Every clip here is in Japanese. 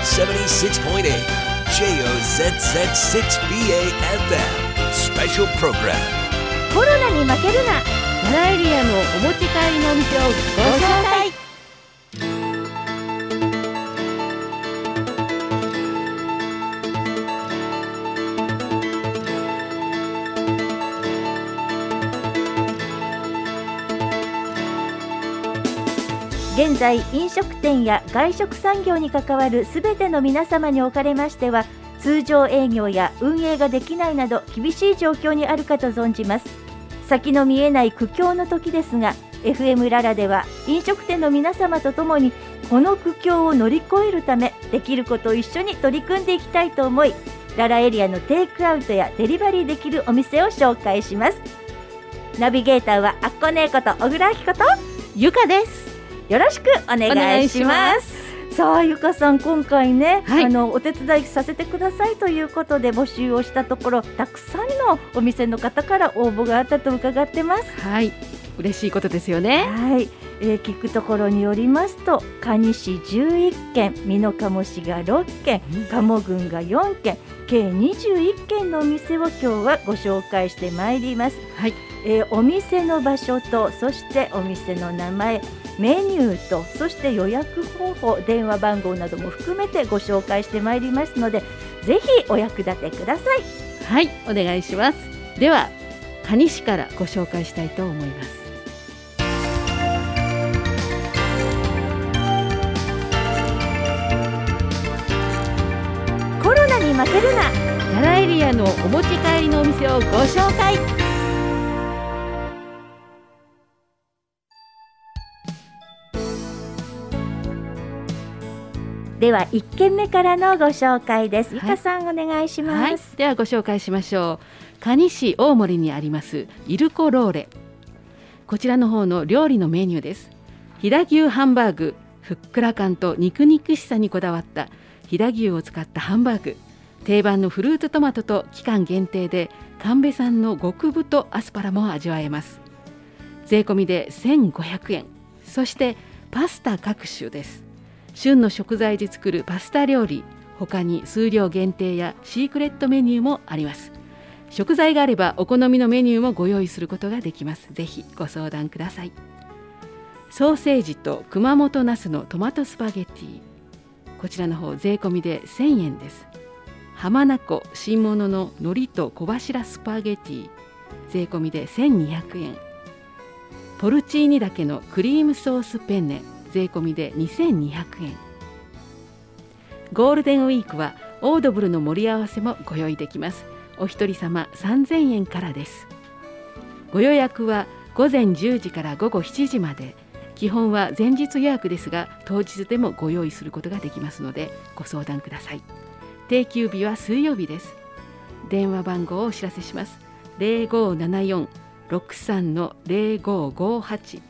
76.8 JOZZ6BAFM Special Program コロナに負けるな、 奈良エリアのお持ち帰りのお店をご紹介。 現在飲食店や外食産業に関わるすべての皆様におかれましては、通常営業や運営ができないなど厳しい状況にあるかと存じます。先の見えない苦境の時ですが、 FM ララでは飲食店の皆様とともにこの苦境を乗り越えるため、できることを一緒に取り組んでいきたいと思い、ララエリアのテイクアウトやデリバリーできるお店を紹介します。ナビゲーターはあっこねえこと小倉明子とゆかです。 よろしくお願いします。さあゆかさん、今回ね、お手伝いさせてくださいということで募集をしたところ、たくさんのお店の方から応募があったと伺ってます。 はい、嬉しいことですよね。 はい、聞くところによりますと、蟹市11件、美濃加茂市が6件、加茂郡が4件、計21件のお店を今日はご紹介してまいります。 はい、 お店の場所と、そしてお店の名前、メニューと、そして予約方法、電話番号なども含めてご紹介してまいりますので、ぜひお役立てください。 はい、お願いします。では蟹市からご紹介したいと思います。 コロナに負けるな、 奈良エリアのお持ち帰りのお店をご紹介。 では1軒目からのご紹介です。ゆかさん、お願いします。 はい、ではご紹介しましょう。蟹市大森にありますイルコローレ、こちらの方の料理のメニューです。飛騨牛ハンバーグ、ふっくら感と肉々しさにこだわった飛騨牛を使ったハンバーグ、定番のフルーツトマトと期間限定で神戸産の極太アスパラも味わえます。税込みで1500円。そしてパスタ各種です。旬の食材で作るパスタ料理、他に数量限定やシークレットメニューもあります。食材があればお好みのメニューもご用意することができます。ぜひご相談ください。ソーセージと熊本ナスのトマトスパゲティ、こちらの方税込みで1000円です。浜名湖新物の海苔と小柱スパゲティ、税込みで1200円。ポルチーニだけのクリームソースペンネ、税込みで2200円。ゴールデンウィークはオードブルの盛り合わせもご用意できます。お一人様3000円からです。ご予約は午前10時から午後7時まで。基本は前日予約ですが、当日でもご用意することができますのでご相談ください。定休日は水曜日です。電話番号をお知らせします。0574-63-0558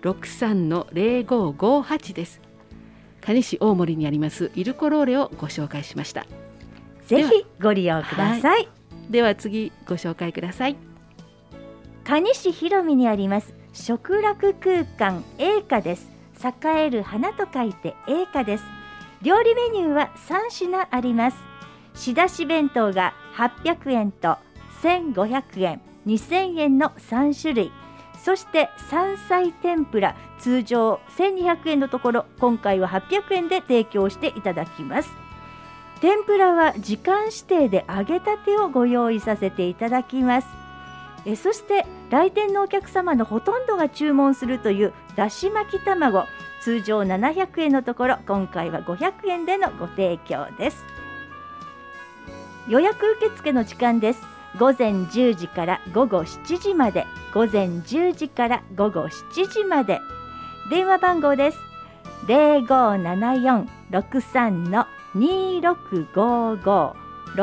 63-0558です。蟹市大森にありますイルコローレをご紹介しました。 ぜひご利用ください。 では次ご紹介ください。 蟹市広見にあります食楽空間栄華です。栄える花と書いて栄華です。料理メニューは3品あります。仕出し弁当が800円と1500円、2000円の3種類、そして山菜天ぷら、通常1200円のところ、今回は800円で提供していただきます。天ぷらは時間指定で揚げたてをご用意させていただきます。そして来店のお客様のほとんどが注文するというだし巻き卵、通常700円のところ、今回は500円でのご提供です。予約受付の時間です。午前10時から午後7時まで、午前10時から午後7時まで。電話番号です。0574-63-2655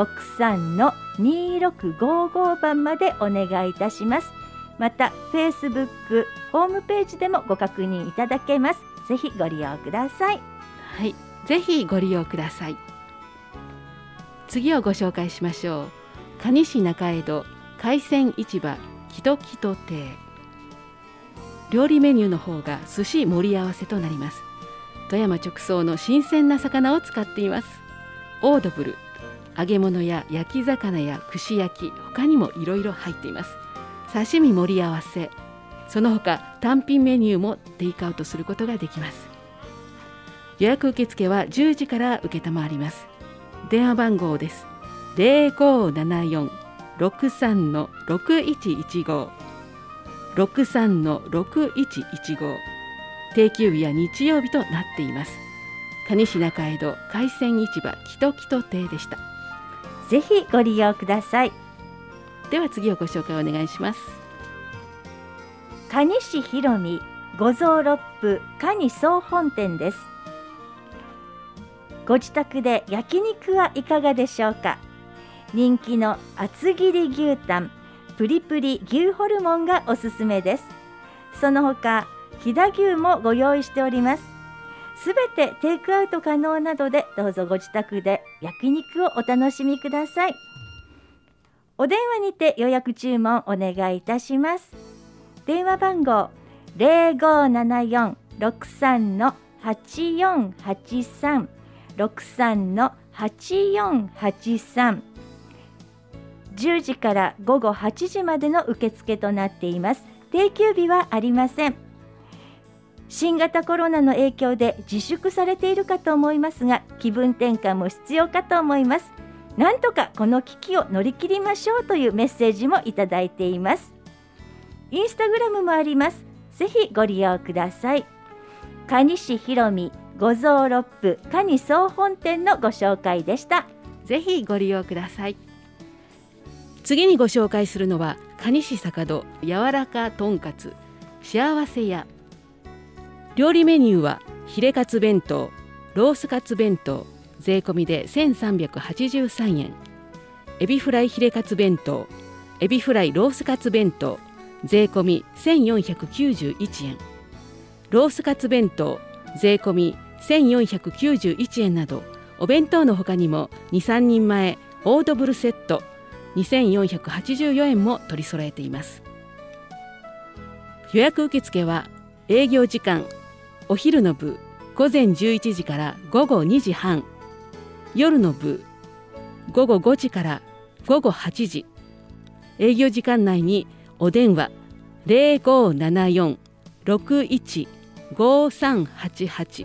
63-2655番までお願いいたします。また Facebook ホームページでもご確認いただけます。ぜひご利用ください。 はい、ぜひご利用ください。次をご紹介しましょう。蟹市中江戸海鮮市場キトキト亭。料理メニューの方が寿司盛り合わせとなります。 富山直送の新鮮な魚を使っています。オードブル、揚げ物や焼き魚や串焼き、他にもいろいろ入っています。刺身盛り合わせ、その他単品メニューもテイクアウトすることができます。予約受付は10時から受けたまわります。電話番号です。0574-63-6115 63-6115、定休日や日曜日となっています。蟹市中江戸海鮮市場キトキト亭でした。 ぜひご利用ください。 では次をご紹介お願いします。 蟹市ひろみ五臓六腑蟹総本店です。ご自宅で焼肉はいかがでしょうか。人気の厚切り牛タン、プリプリ牛ホルモンがおすすめです。その他飛騨牛もご用意しております。すべてテイクアウト可能なので、どうぞご自宅で焼肉をお楽しみください。お電話にて予約注文お願いいたします。電話番号 0574-63-8483 63-8483、10時から午後8時までの受付となっています。定休日はありません。新型コロナの影響で自粛されているかと思いますが、気分転換も必要かと思います。なんとかこの危機を乗り切りましょうというメッセージもいただいています。インスタグラムもあります。ぜひご利用ください。蟹市ひろみ五臓六腑蟹総本店のご紹介でした。 ぜひご利用ください。次にご紹介するのは蟹市坂戸柔らかとんかつ幸せ屋。料理メニューはヒレカツ弁当、ロースカツ弁当、税込みで1383円。エビフライヒレカツ弁当、エビフライロースカツ弁当、税込み1491円。ロースカツ弁当、税込み1491円など、お弁当の他にも 2,3 人前オードブルセット2484円も取り揃えています。予約受付は営業時間お昼の部午前11時から午後2時半、夜の部午後5時から午後8時。営業時間内にお電話 0574-615388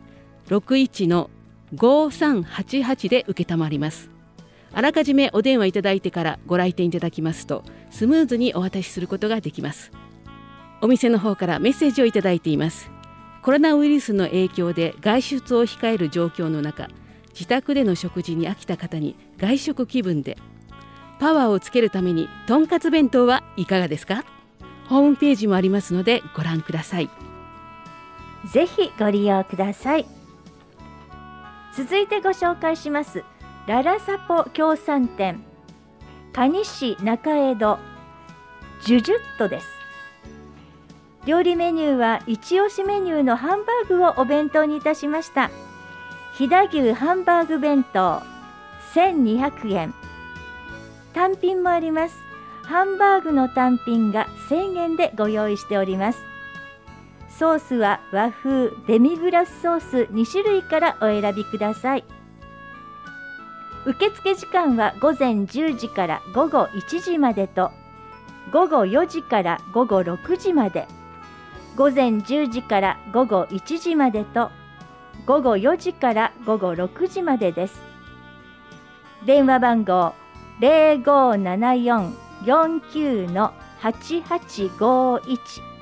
61-5388で受けたまります。あらかじめお電話いただいてからご来店いただきますと、スムーズにお渡しすることができます。お店の方からメッセージをいただいています。コロナウイルスの影響で外出を控える状況の中、自宅での食事に飽きた方に外食気分でパワーをつけるためにとんかつ弁当はいかがですか。ホームページもありますのでご覧ください。 ぜひご利用ください。続いてご紹介しますララサポ協賛店蟹市中江戸ジュジュッとです。料理メニューは一押しメニューのハンバーグをお弁当にいたしました。飛騨牛ハンバーグ弁当1200円。単品もあります。ハンバーグの単品が1000円でご用意しております。ソースは和風、デミグラスソース2種類からお選びください。受付時間は午前10時から午後1時までと、午後4時から午後6時まで、午前10時から午後1時までと、午後4時から午後6時までです。電話番号 0574-49-8851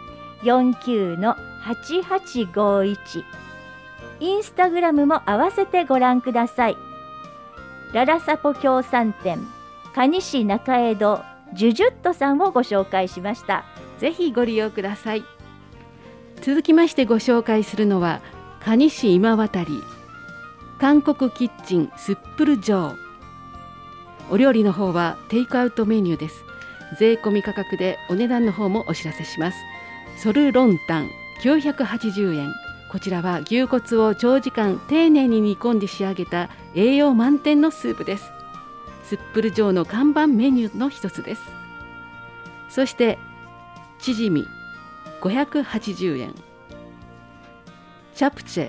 49-8851、インスタグラムも合わせてご覧ください。ララサポ協賛店蟹市中江戸ジュジュットさんをご紹介しました。 ぜひご利用ください。続きましてご紹介するのは蟹市今渡り韓国キッチンスップル城。お料理の方はテイクアウトメニューです。税込み価格でお値段の方もお知らせします。ソルロンタン980円。こちらは牛骨を長時間丁寧に煮込んで仕上げた栄養満点のスープです。スップル城の看板メニューの一つです。そしてチヂミ580円、チャプチェ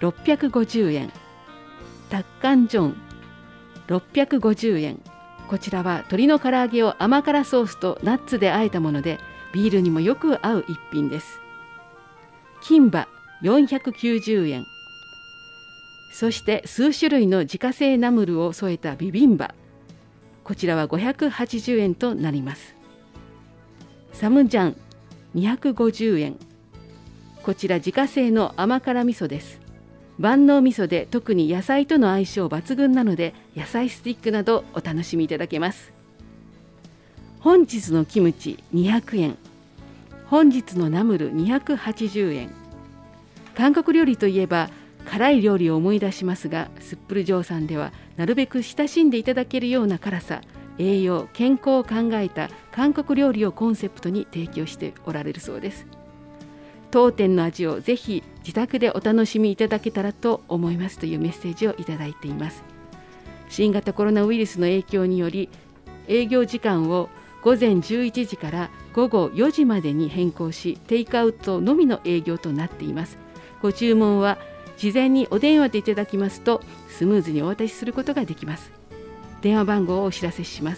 650円、タッカンジョン650円。こちらは鶏の唐揚げを甘辛ソースとナッツで和えたもので、ビールにもよく合う一品です。キンバ490円。そして数種類の自家製ナムルを添えたビビンバ、こちらは580円となります。サムジャン250円。こちら自家製の甘辛味噌です。万能味噌で特に野菜との相性抜群なので、野菜スティックなどお楽しみいただけます。本日のキムチ200円、本日のナムル280円。韓国料理といえば辛い料理を思い出しますが、スップルジョーさんではなるべく親しんでいただけるような辛さ、栄養、健康を考えた韓国料理をコンセプトに提供しておられるそうです。当店の味をぜひ自宅でお楽しみいただけたらと思いますというメッセージをいただいています。新型コロナウイルスの影響により、営業時間を午前11時から午後4時までに変更し、テイクアウトのみの営業となっています。ご注文は事前にお電話でいただきますと、スムーズにお渡しすることができます。電話番号をお知らせします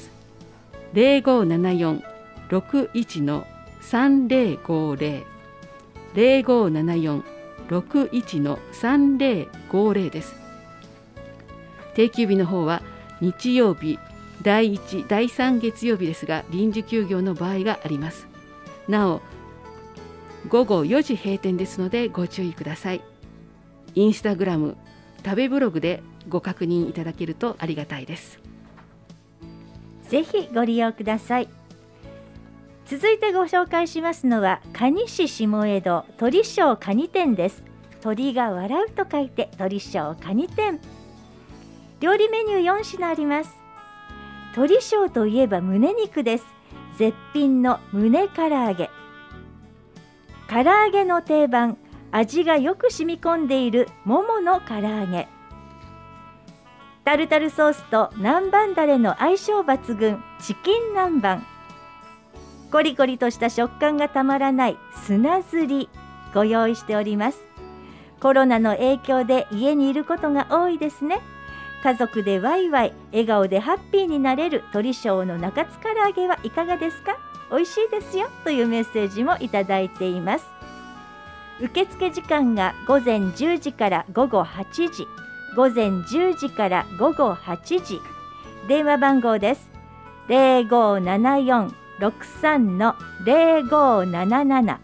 。0574-61-3050 0574-61-3050 です。定休日の方は日曜日、第1、第3月曜日ですが、臨時休業の場合があります。なお、午後4時閉店ですのでご注意ください。インスタグラム、食べブログでご確認いただけるとありがたいです。 ぜひご利用ください。続いてご紹介しますのは、蟹市下江戸鳥商蟹店です。鳥が笑うと書いて鳥商蟹店。料理メニュー4品あります。鳥商といえば胸肉です。絶品の胸唐揚げ。唐揚げの定番、味がよく染み込んでいるももの唐揚げ。タルタルソースと南蛮だれの相性抜群、チキン南蛮。コリコリとした食感がたまらない砂ずりご用意しております。コロナの影響で家にいることが多いですね。家族でワイワイ笑顔でハッピーになれる鳥商の中津唐揚げはいかがですか？美味しいですよというメッセージもいただいています。受付時間が午前10時から午後8時、午前10時から午後8時。電話番号です。0574-63-0577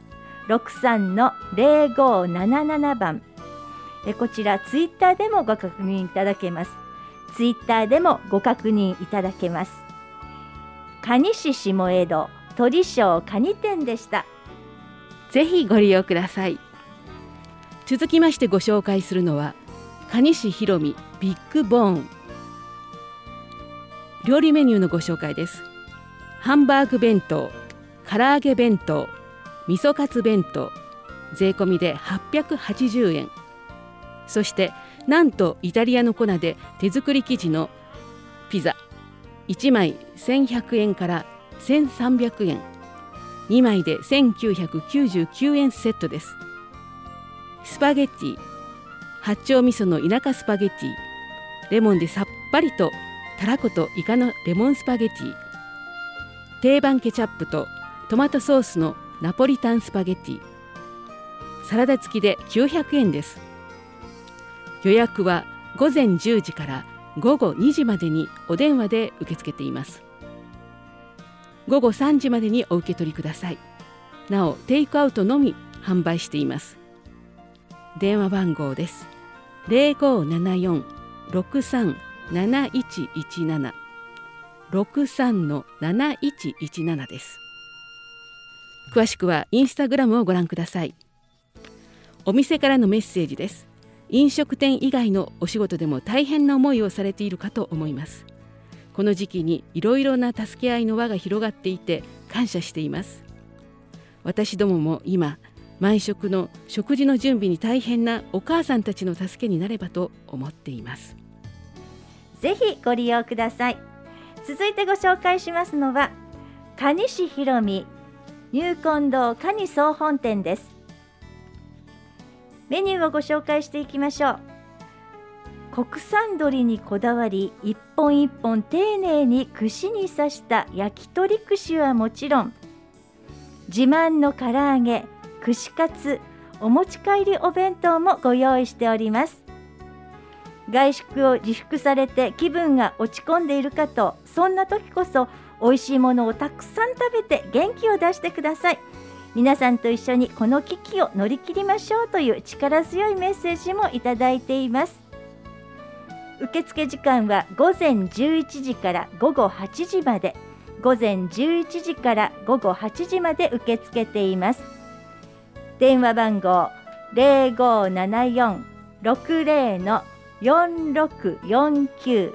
63-0577番。こちらツイッターでもご確認いただけます。ツイッターでもご確認いただけます。蟹市下江戸鳥商蟹店でした。 ぜひご利用ください。続きましてご紹介するのは、蟹市ひろみビッグボーン。料理メニューのご紹介です。ハンバーグ弁当、唐揚げ弁当、味噌カツ弁当、税込みで880円。そしてなんとイタリアの粉で手作り生地のピザ1枚1100円から1300円、2枚で1999円セットです。スパゲッティ、八丁味噌の田舎スパゲッティ、レモンでさっぱりとたらことイカのレモンスパゲッティ、定番ケチャップとトマトソースのナポリタンスパゲッティ、サラダ付きで900円です。予約は午前10時から午後2時までにお電話で受け付けています。午後3時までにお受け取りください。なおテイクアウトのみ販売しています。電話番号です。0574-63-7117 63-7117です。詳しくはインスタグラムをご覧ください。お店からのメッセージです。飲食店以外のお仕事でも大変な思いをされているかと思います。この時期にいろいろな助け合いの輪が広がっていて感謝しています。私どもも今、毎食の食事の準備に大変なお母さんたちの助けになればと思っています。 ぜひご利用ください。続いてご紹介しますのは、蟹市ひろみ入魂堂蟹総本店です。 メニューをご紹介していきましょう。国産鶏にこだわり、一本一本丁寧に串に刺した焼き鳥串はもちろん、自慢の唐揚げ、串カツ、お持ち帰りお弁当もご用意しております。外食を自粛されて気分が落ち込んでいるかと、そんな時こそ美味しいものをたくさん食べて元気を出してください。皆さんと一緒にこの危機を乗り切りましょうという力強いメッセージもいただいています。受付時間は午前11時から午後8時まで、午前11時から午後8時まで受け付けています。電話番号 0574-60-4649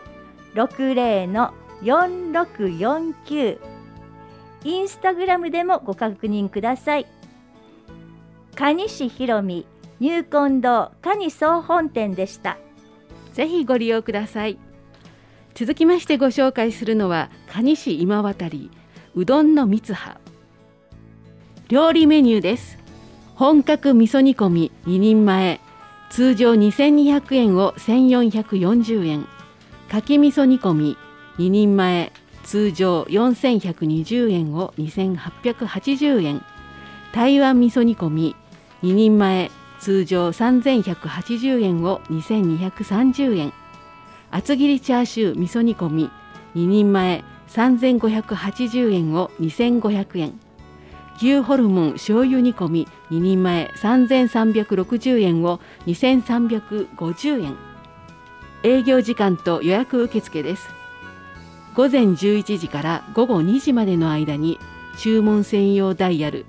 60-4649、インスタグラムでもご確認ください。蟹市ひろみ入魂堂蟹総本店でした。 ぜひご利用ください。続きましてご紹介するのは蟹市今渡りうどんのみつは。料理メニューです。本格味噌煮込み2人前、通常2200円を1440円。かき味噌煮込み2人前、通常4120円を2880円。台湾味噌煮込み2人前、通常3180円を2230円。厚切りチャーシュー味噌煮込み2人前、3580円を2500円。牛ホルモン醤油煮込み2人前、3360円を2350円。営業時間と予約受付です。午前11時から午後2時までの間に注文専用ダイヤル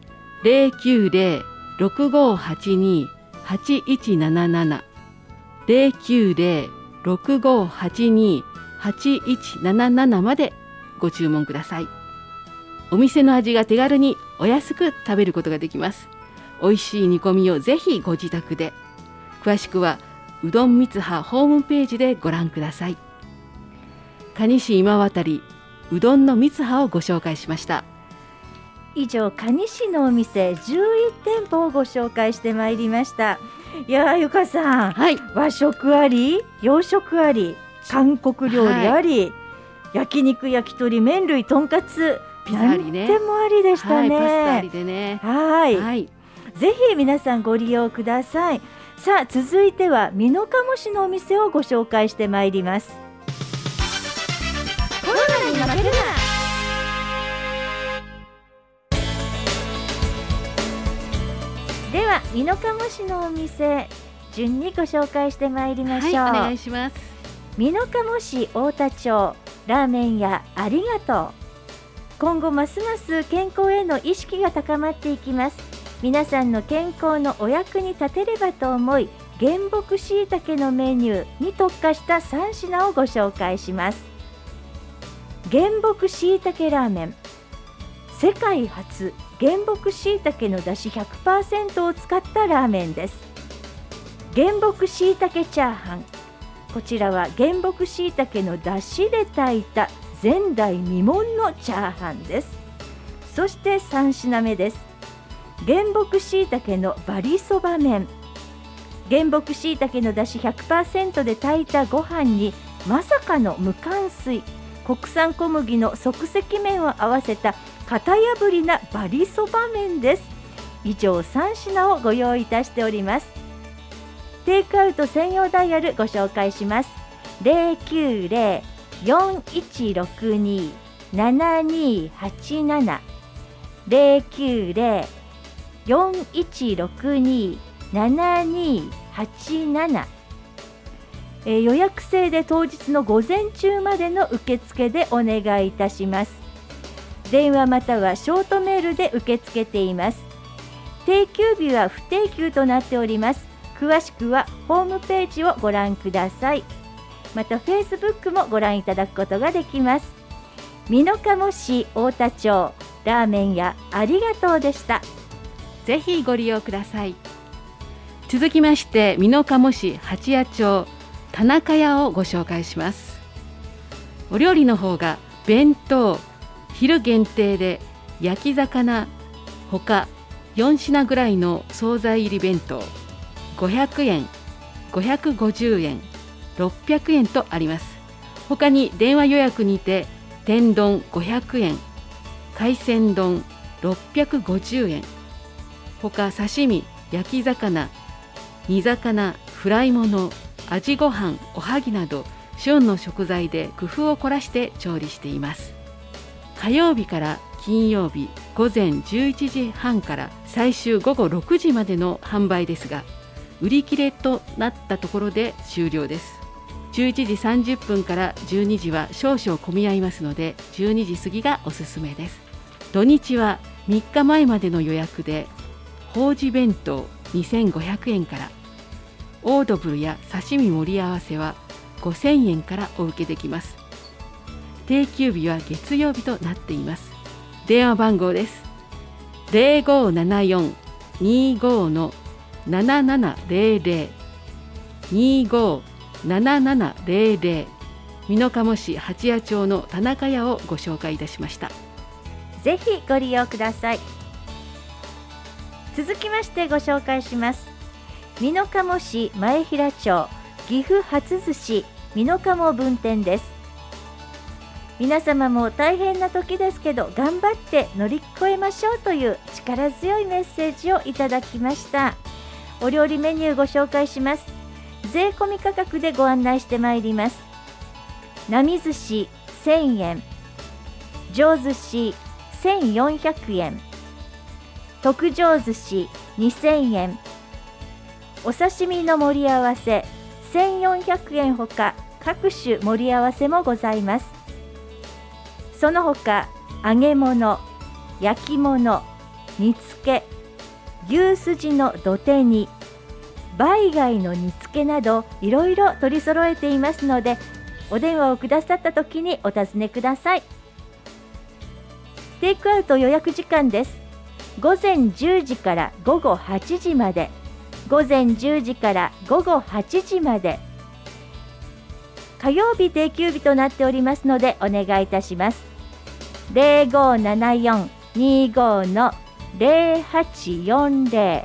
090-6582-8177 090-6582-8177 までご注文ください。お店の味が手軽にお安く食べることができます。美味しい煮込みをぜひご自宅で。詳しくはうどんみつはホームページでご覧ください。蟹市今渡りうどんのみつはをご紹介しました。 以上、蟹市のお店11店舗をご紹介してまいりました。いやー、ゆかさん、 はい、 和食あり、洋食あり、韓国料理あり、焼肉、焼き鳥、麺類、とんかつ、 ピザありね、 何でもありでしたね。 パスタありでね。 はい、ぜひ皆さんご利用ください。さあ、続いては美濃加茂市のお店をご紹介してまいります。コロナに負けるな。では美濃加茂市のお店順にご紹介してまいりましょう。 はい、お願いします。 美濃加茂市太田町ラーメン屋ありがとう。今後ますます健康への意識が高まっていきます。皆さんの健康のお役に立てればと思い、原木しいたけのメニューに特化した3品をご紹介します。原木しいたけラーメン、世界初原木しいたけのだし 100% を使ったラーメンです。原木しいたけチャーハン、こちらは原木しいたけのだしで炊いた前代未聞のチャーハンです。そして3品目です。原木しいたけのバリそば麺、原木しいたけのだし 100% で炊いたご飯にまさかの無冠水、国産小麦の即席麺を合わせた型破りなバリそば麺です。以上3品をご用意いたしております。テイクアウト専用ダイヤルご紹介します。 090-4162-7287 090-4162-7287、予約制で当日の午前中までの受付でお願いいたします。電話またはショートメールで受け付けています。定休日は不定休となっております。詳しくはホームページをご覧ください。また Facebook もご覧いただくことができます。美濃加茂市太田町ラーメン屋ありがとうでした。 ぜひご利用ください。続きまして美濃加茂市八谷町田中屋をご紹介します。お料理の方が弁当、昼限定で焼き魚ほか4品ぐらいの惣菜入り弁当、 500円、550円、600円とあります。他に電話予約にて天丼500円、海鮮丼650円、他刺身、焼き魚、煮魚、フライ物、味ご飯、おはぎなど旬の食材で工夫を凝らして調理しています。火曜日から金曜日午前11時半から最終午後6時までの販売ですが、売り切れとなったところで終了です。11時30分から12時は少々混み合いますので、12時過ぎがおすすめです。土日は3日前までの予約で法事弁当2500円から、オードブルや刺身盛り合わせは5000円からお受けできます。定休日は月曜日となっています。電話番号です。0574-25-7700 25-7700、美濃加茂市八谷町の田中屋をご紹介いたしました。 ぜひご利用ください。続きましてご紹介します。美濃加茂市前平町岐阜初寿司美濃加茂分店です。皆様も大変な時ですけど頑張って乗り越えましょうという力強いメッセージをいただきました。お料理メニューご紹介します。税込み価格でご案内してまいります。並寿司1000円、上寿司1400円、特上寿司2000円、お刺身の盛り合わせ1400円ほか各種盛り合わせもございます。その他揚げ物、焼き物、煮付け、牛すじの土手煮、梅貝の煮付けなどいろいろ取り揃えていますので、お電話をくださった時にお尋ねください。テイクアウト予約時間です。午前10時から午後8時まで、午前10時から午後8時まで、火曜日定休日となっておりますのでお願いいたします。0574-25-0840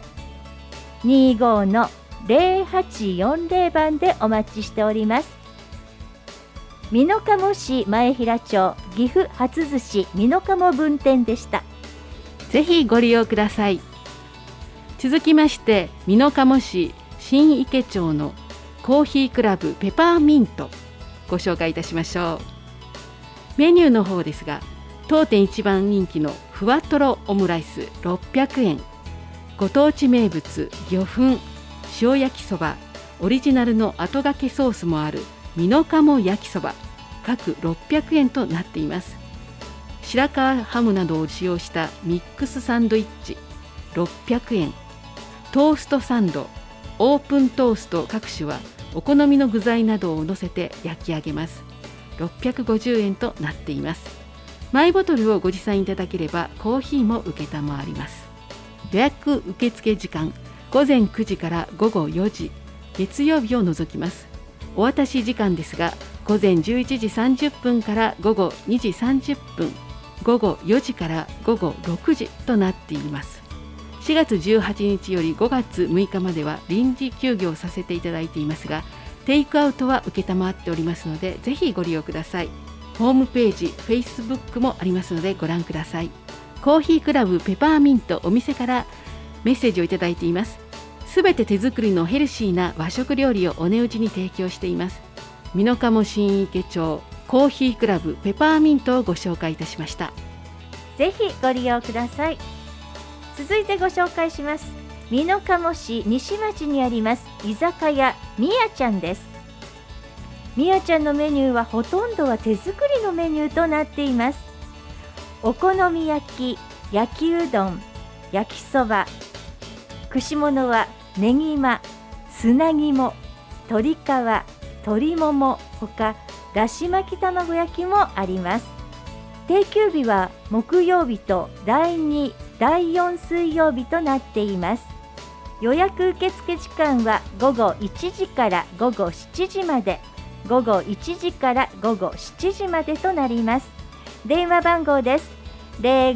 25-0840番でお待ちしております。美濃加茂市前平町岐阜初寿司美濃加茂分店でした。 ぜひご利用ください。続きまして美濃加茂市新池町のコーヒークラブペパーミントご紹介いたしましょう。メニューの方ですが、当店一番人気のふわとろオムライス600円、ご当地名物魚粉、塩焼きそば、オリジナルの後がけソースもある美濃加茂焼きそば各600円となっています。白川ハムなどを使用したミックスサンドイッチ600円、トーストサンド、オープントースト各種はお好みの具材などを乗せて焼き上げます。650円となっています。マイボトルをご持参いただければコーヒーも受けたまわります。予約受付時間午前9時から午後4時、月曜日を除きます。お渡し時間ですが、午前11時30分から午後2時30分、午後4時から午後6時となっています。4月18日より5月6日までは臨時休業させていただいていますが、テイクアウトは承っておりますので、ぜひご利用ください。ホームページ、Facebook もありますのでご覧ください。コーヒークラブペパーミントお店からメッセージをいただいています。すべて手作りのヘルシーな和食料理をお値打ちに提供しています。美濃加茂新池町コーヒークラブペパーミントをご紹介いたしました。 ぜひご利用ください。続いてご紹介します。美濃加茂市西町にあります居酒屋みやちゃんです。みやちゃんのメニューはほとんどは手作りのメニューとなっています。お好み焼き、焼きうどん、焼きそば、串物はねぎま、砂肝、鶏皮、鶏ももほかだし巻き卵焼きもあります。定休日は木曜日と第2、第4水曜日となっています。予約受付時間は午後1時から午後7時まで、午後1時から午後7時までとなります。電話番号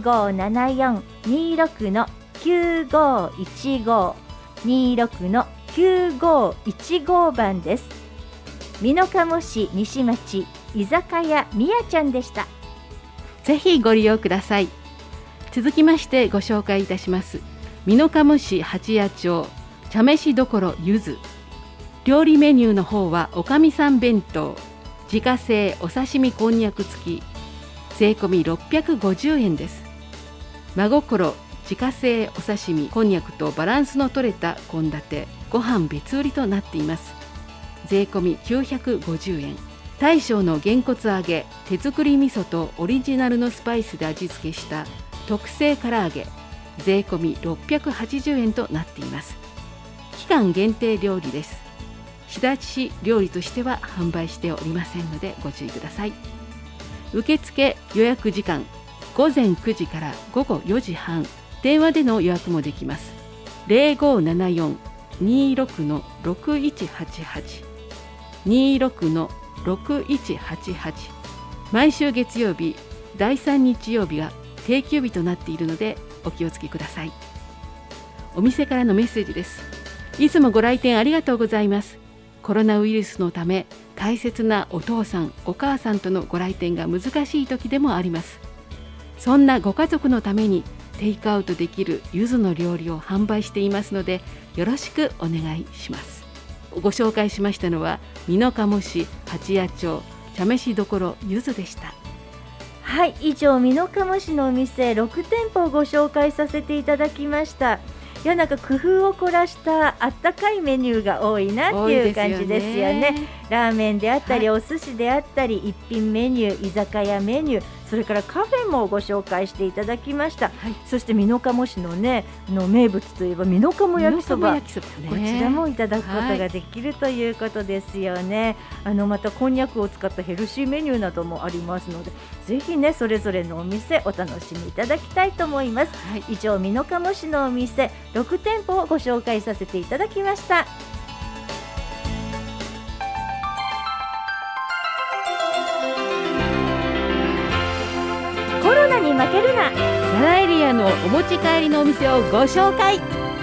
です。0574-26-9515 26-9515 9515番です。美濃加茂市西町居酒屋みやちゃんでした。 ぜひご利用ください。続きましてご紹介いたします。美濃加茂市八谷町茶飯どころゆず。料理メニューの方はおかみさん弁当、自家製お刺身こんにゃく付き、税込み650円です。真心自家製お刺身こんにゃくとバランスの取れた献立、ご飯別売りとなっています。税込み950円。大将のげんこつ揚げ、手作り味噌とオリジナルのスパイスで味付けした特製唐揚げ、税込み680円となっています。期間限定料理です。日立市料理としては販売しておりませんのでご注意ください。受付予約時間午前9時から午後4時半、電話での予約もできます。0574-26-6188 26-6188。毎週月曜日第3日曜日が定休日となっているのでお気をつけください。お店からのメッセージです。いつもご来店ありがとうございます。コロナウイルスのため大切なお父さんお母さんとのご来店が難しい時でもあります。そんなご家族のためにテイクアウトできる柚子の料理を販売していますのでよろしくお願いします。ご紹介しましたのは美濃加茂市八谷町茶飯どころ柚子でした。 はい、以上美濃加茂市のお店6店舗をご紹介させていただきました。いや、なんか工夫を凝らしたあったかいメニューが多いなっていう感じですよね。ラーメンであったり、お寿司であったり、一品メニュー、居酒屋メニュー、それからカフェもご紹介していただきました。そして美濃加茂市のね名物といえば美濃加茂焼きそば、こちらもいただくことができるということですよね。またこんにゃくを使ったヘルシーメニューなどもありますので、ぜひねそれぞれのお店お楽しみいただきたいと思います。以上美濃加茂市のお店6店舗をご紹介させていただきました。コロナに負けるな、 奈良エリアのお持ち帰りのお店をご紹介。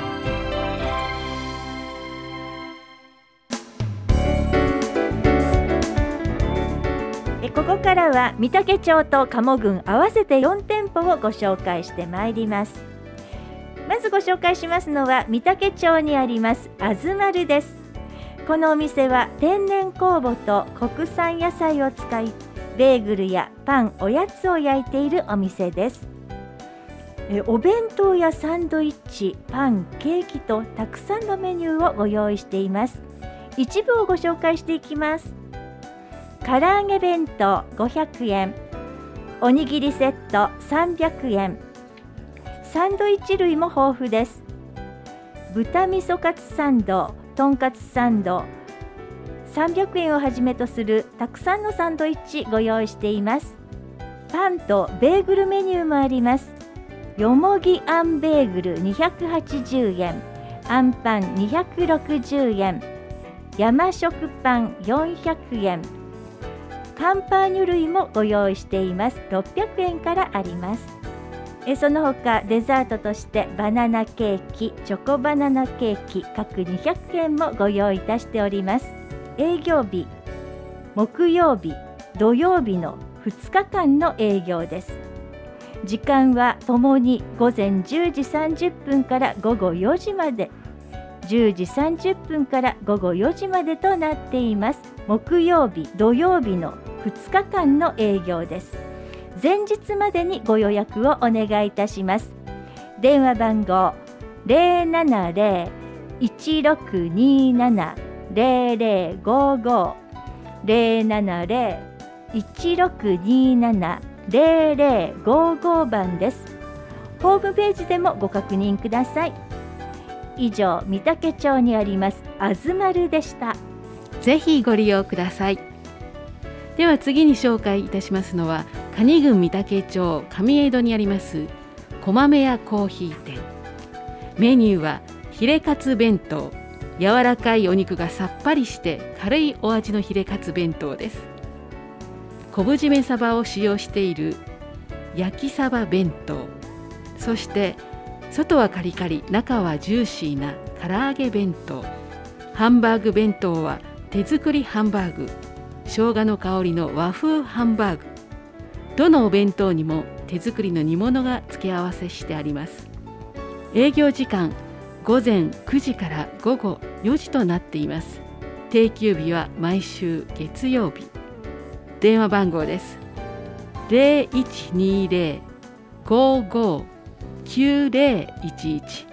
ここからは御嵩町と加茂郡合わせて4店舗をご紹介してまいります。まずご紹介しますのは御嵩町にありますあずまるです。このお店は天然酵母と国産野菜を使い、ベーグルやパン、おやつを焼いているお店です。お弁当やサンドイッチ、パン、ケーキとたくさんのメニューをご用意しています。一部をご紹介していきます。唐揚げ弁当500円、おにぎりセット300円、サンドイッチ類も豊富です。豚味噌カツサンド、とんかつサンド300円をはじめとするたくさんのサンドイッチご用意しています。パンとベーグルメニューもあります。よもぎあんベーグル280円、あんパン260円、山食パン400円、カンパーニュ類もご用意しています。600円からあります。その他デザートとしてバナナケーキ、チョコバナナケーキ各200円もご用意いたしております。営業日木曜日土曜日の2日間の営業です。時間はともに午前10時30分から午後4時まで、10時30分から午後4時までとなっています。木曜日土曜日の2日間の営業です。前日までにご予約をお願いいたします。電話番号 070-1627-0055 070-1627-0055 番です。ホームページでもご確認ください。以上、御嵩町にありますあずまるでした。 ぜひご利用ください。では次に紹介いたしますのは蟹郡御嵩町上江戸にありますこまめやコーヒー店。メニューはヒレカツ弁当、柔らかいお肉がさっぱりして軽いお味のヒレカツ弁当です。昆布締めサバを使用している焼きサバ弁当、そして外はカリカリ中はジューシーな唐揚げ弁当、 ハンバーグ弁当は手作りハンバーグ、生姜の香りの和風ハンバーグ、どのお弁当にも手作りの煮物が付け合わせしてあります。営業時間午前9時から午後4時となっています。定休日は毎週月曜日。電話番号です。0120-55-9011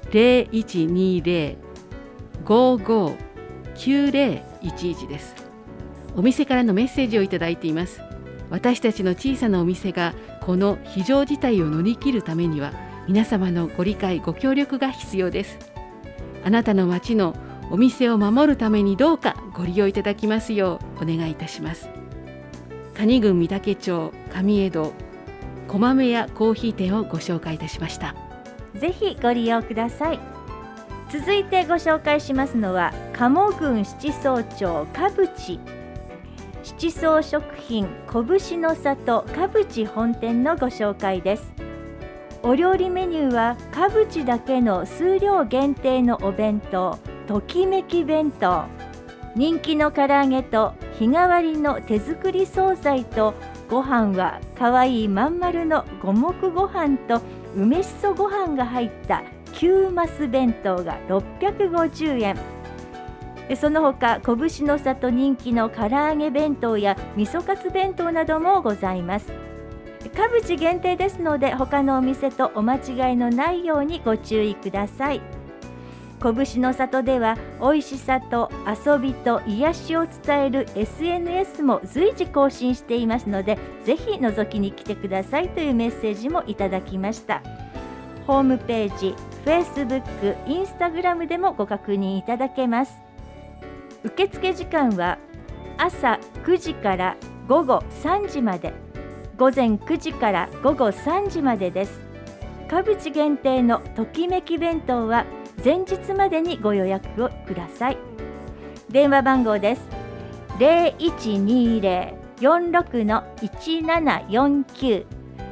0120-55-9011です。お店からのメッセージをいただいています。私たちの小さなお店がこの非常事態を乗り切るためには皆様のご理解ご協力が必要です。あなたの町のお店を守るためにどうかご利用いただきますようお願いいたします。蟹郡御嶽町上江戸こまめ屋コーヒー店をご紹介いたしました。 ぜひご利用ください。続いてご紹介しますのは鴨郡七草町かぶち七草食品拳の里かぶち本店のご紹介です。お料理メニューはかぶちだけの数量限定のお弁当、ときめき弁当、人気の唐揚げと日替わりの手作り惣菜と、ご飯はかわいいまん丸の五目ご飯と梅しそご飯が入った9マス弁当が650円。その他拳の里人気の唐揚げ弁当や味噌カツ弁当などもございます。かぶち限定ですので他のお店とお間違いのないようにご注意ください。拳の里では美味しさと遊びと癒しを伝える SNS も随時更新していますので、ぜひ覗きに来てくださいというメッセージもいただきました。ホームページ、Facebook、Instagram でもご確認いただけます。受付時間は朝9時から午後3時まで、午前9時から午後3時までです。かぶち限定のときめき弁当は前日までにご予約をください。電話番号です。0120-46-1749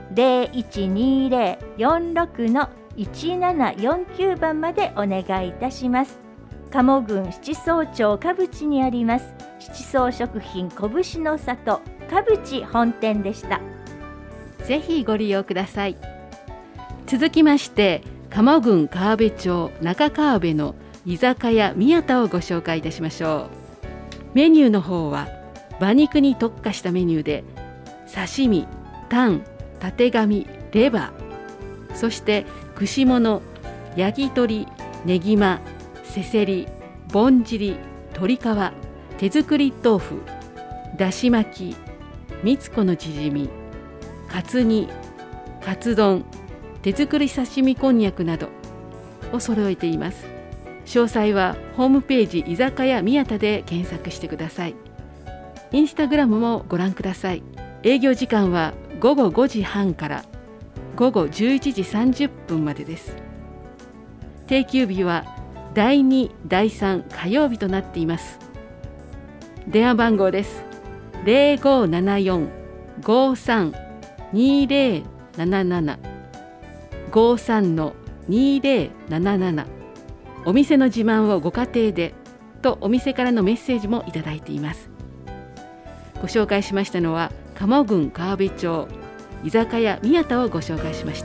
0120-46-1749番までお願いいたします。鴨郡七草町かぶちにあります七草食品拳の里かぶち本店でした。 ぜひご利用ください。続きまして鴨郡川辺町中川辺の居酒屋宮田をご紹介いたしましょう。メニューの方は馬肉に特化したメニューで、刺身、タン、たてがみ、レバー、そして串物、焼き鳥、ねぎま、せせり、ぼんじり、鶏皮、手作り豆腐、だし巻き、みつこのちぢみ、カツ煮、カツ丼、手作り刺身こんにゃくなどを揃えています。詳細はホームページ居酒屋宮田で検索してください。インスタグラムもご覧ください。営業時間は午後5時半から午後11時30分までです。定休日は第2、第3火曜日となっています。電話番号です。0574-53-2077 53-2077。お店の自慢をご家庭でとお店からのメッセージもいただいています。ご紹介しましたのは鴨郡川辺町居酒屋宮田をご紹介しました。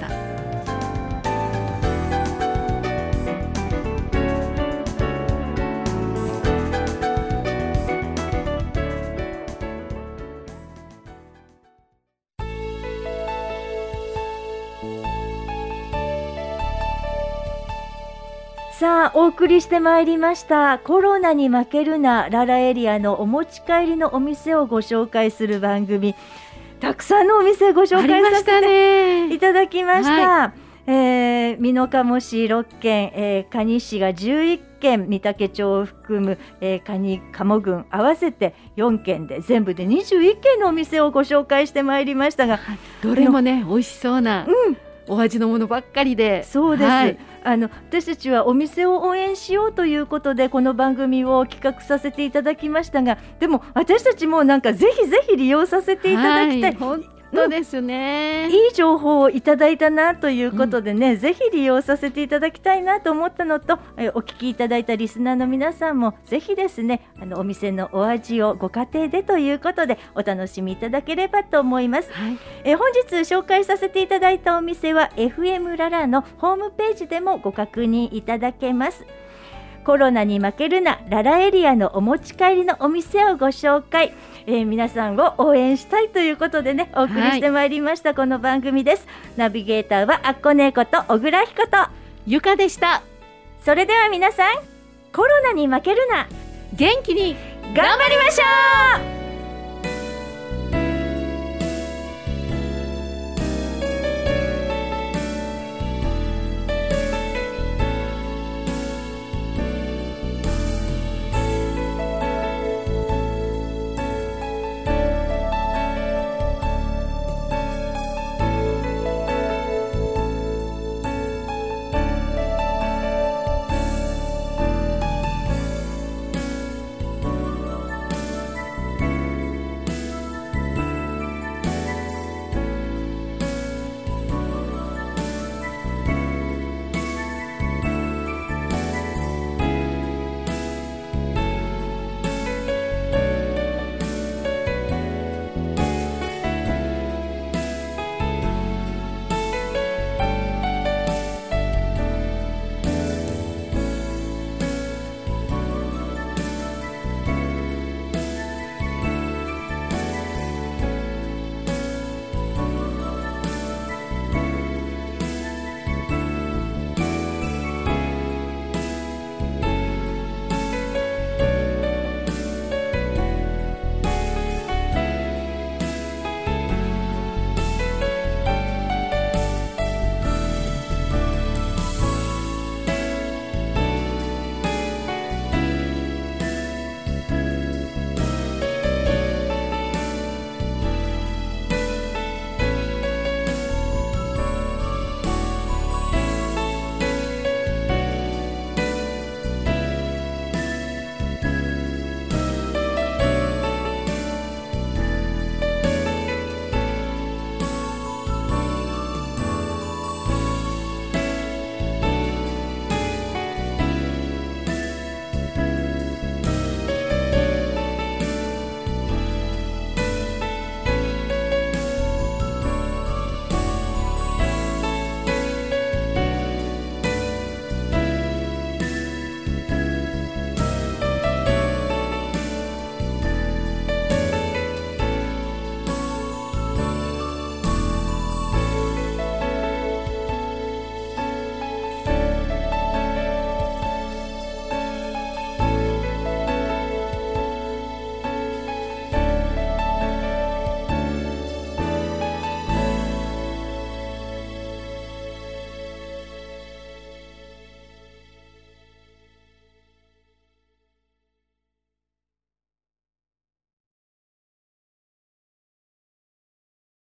さあお送りしてまいりましたコロナに負けるなララエリアのお持ち帰りのお店をご紹介する番組、たくさんのお店ご紹介させていただきました。美濃加茂市6軒、蟹市が11軒、御嶽町を含む、鴨郡合わせて4軒で全部で21軒のお店をご紹介してまいりましたが、 どれもね美味しそうな、お味のものばっかりで。 そうです、私たちはお店を応援しようということでこの番組を企画させていただきましたが、でも私たちもなんかぜひぜひ利用させていただきたい、 当ですね、 いい情報をいただいたなということでね、ぜひ利用させていただきたいなと思ったのと、お聞きいただいたリスナーの皆さんもぜひですね、お店のお味をご家庭でということでお楽しみいただければと思います。 はい、 本日紹介させていただいたお店は FM ララのホームページでもご確認いただけます。コロナに負けるなララエリアのお持ち帰りのお店をご紹介、皆さんを応援したいということでね、お送りしてまいりました、この番組です。ナビゲーターはあっこねえこと小倉彦とゆかでした。 それでは皆さん、コロナに負けるな、 元気に頑張りましょう。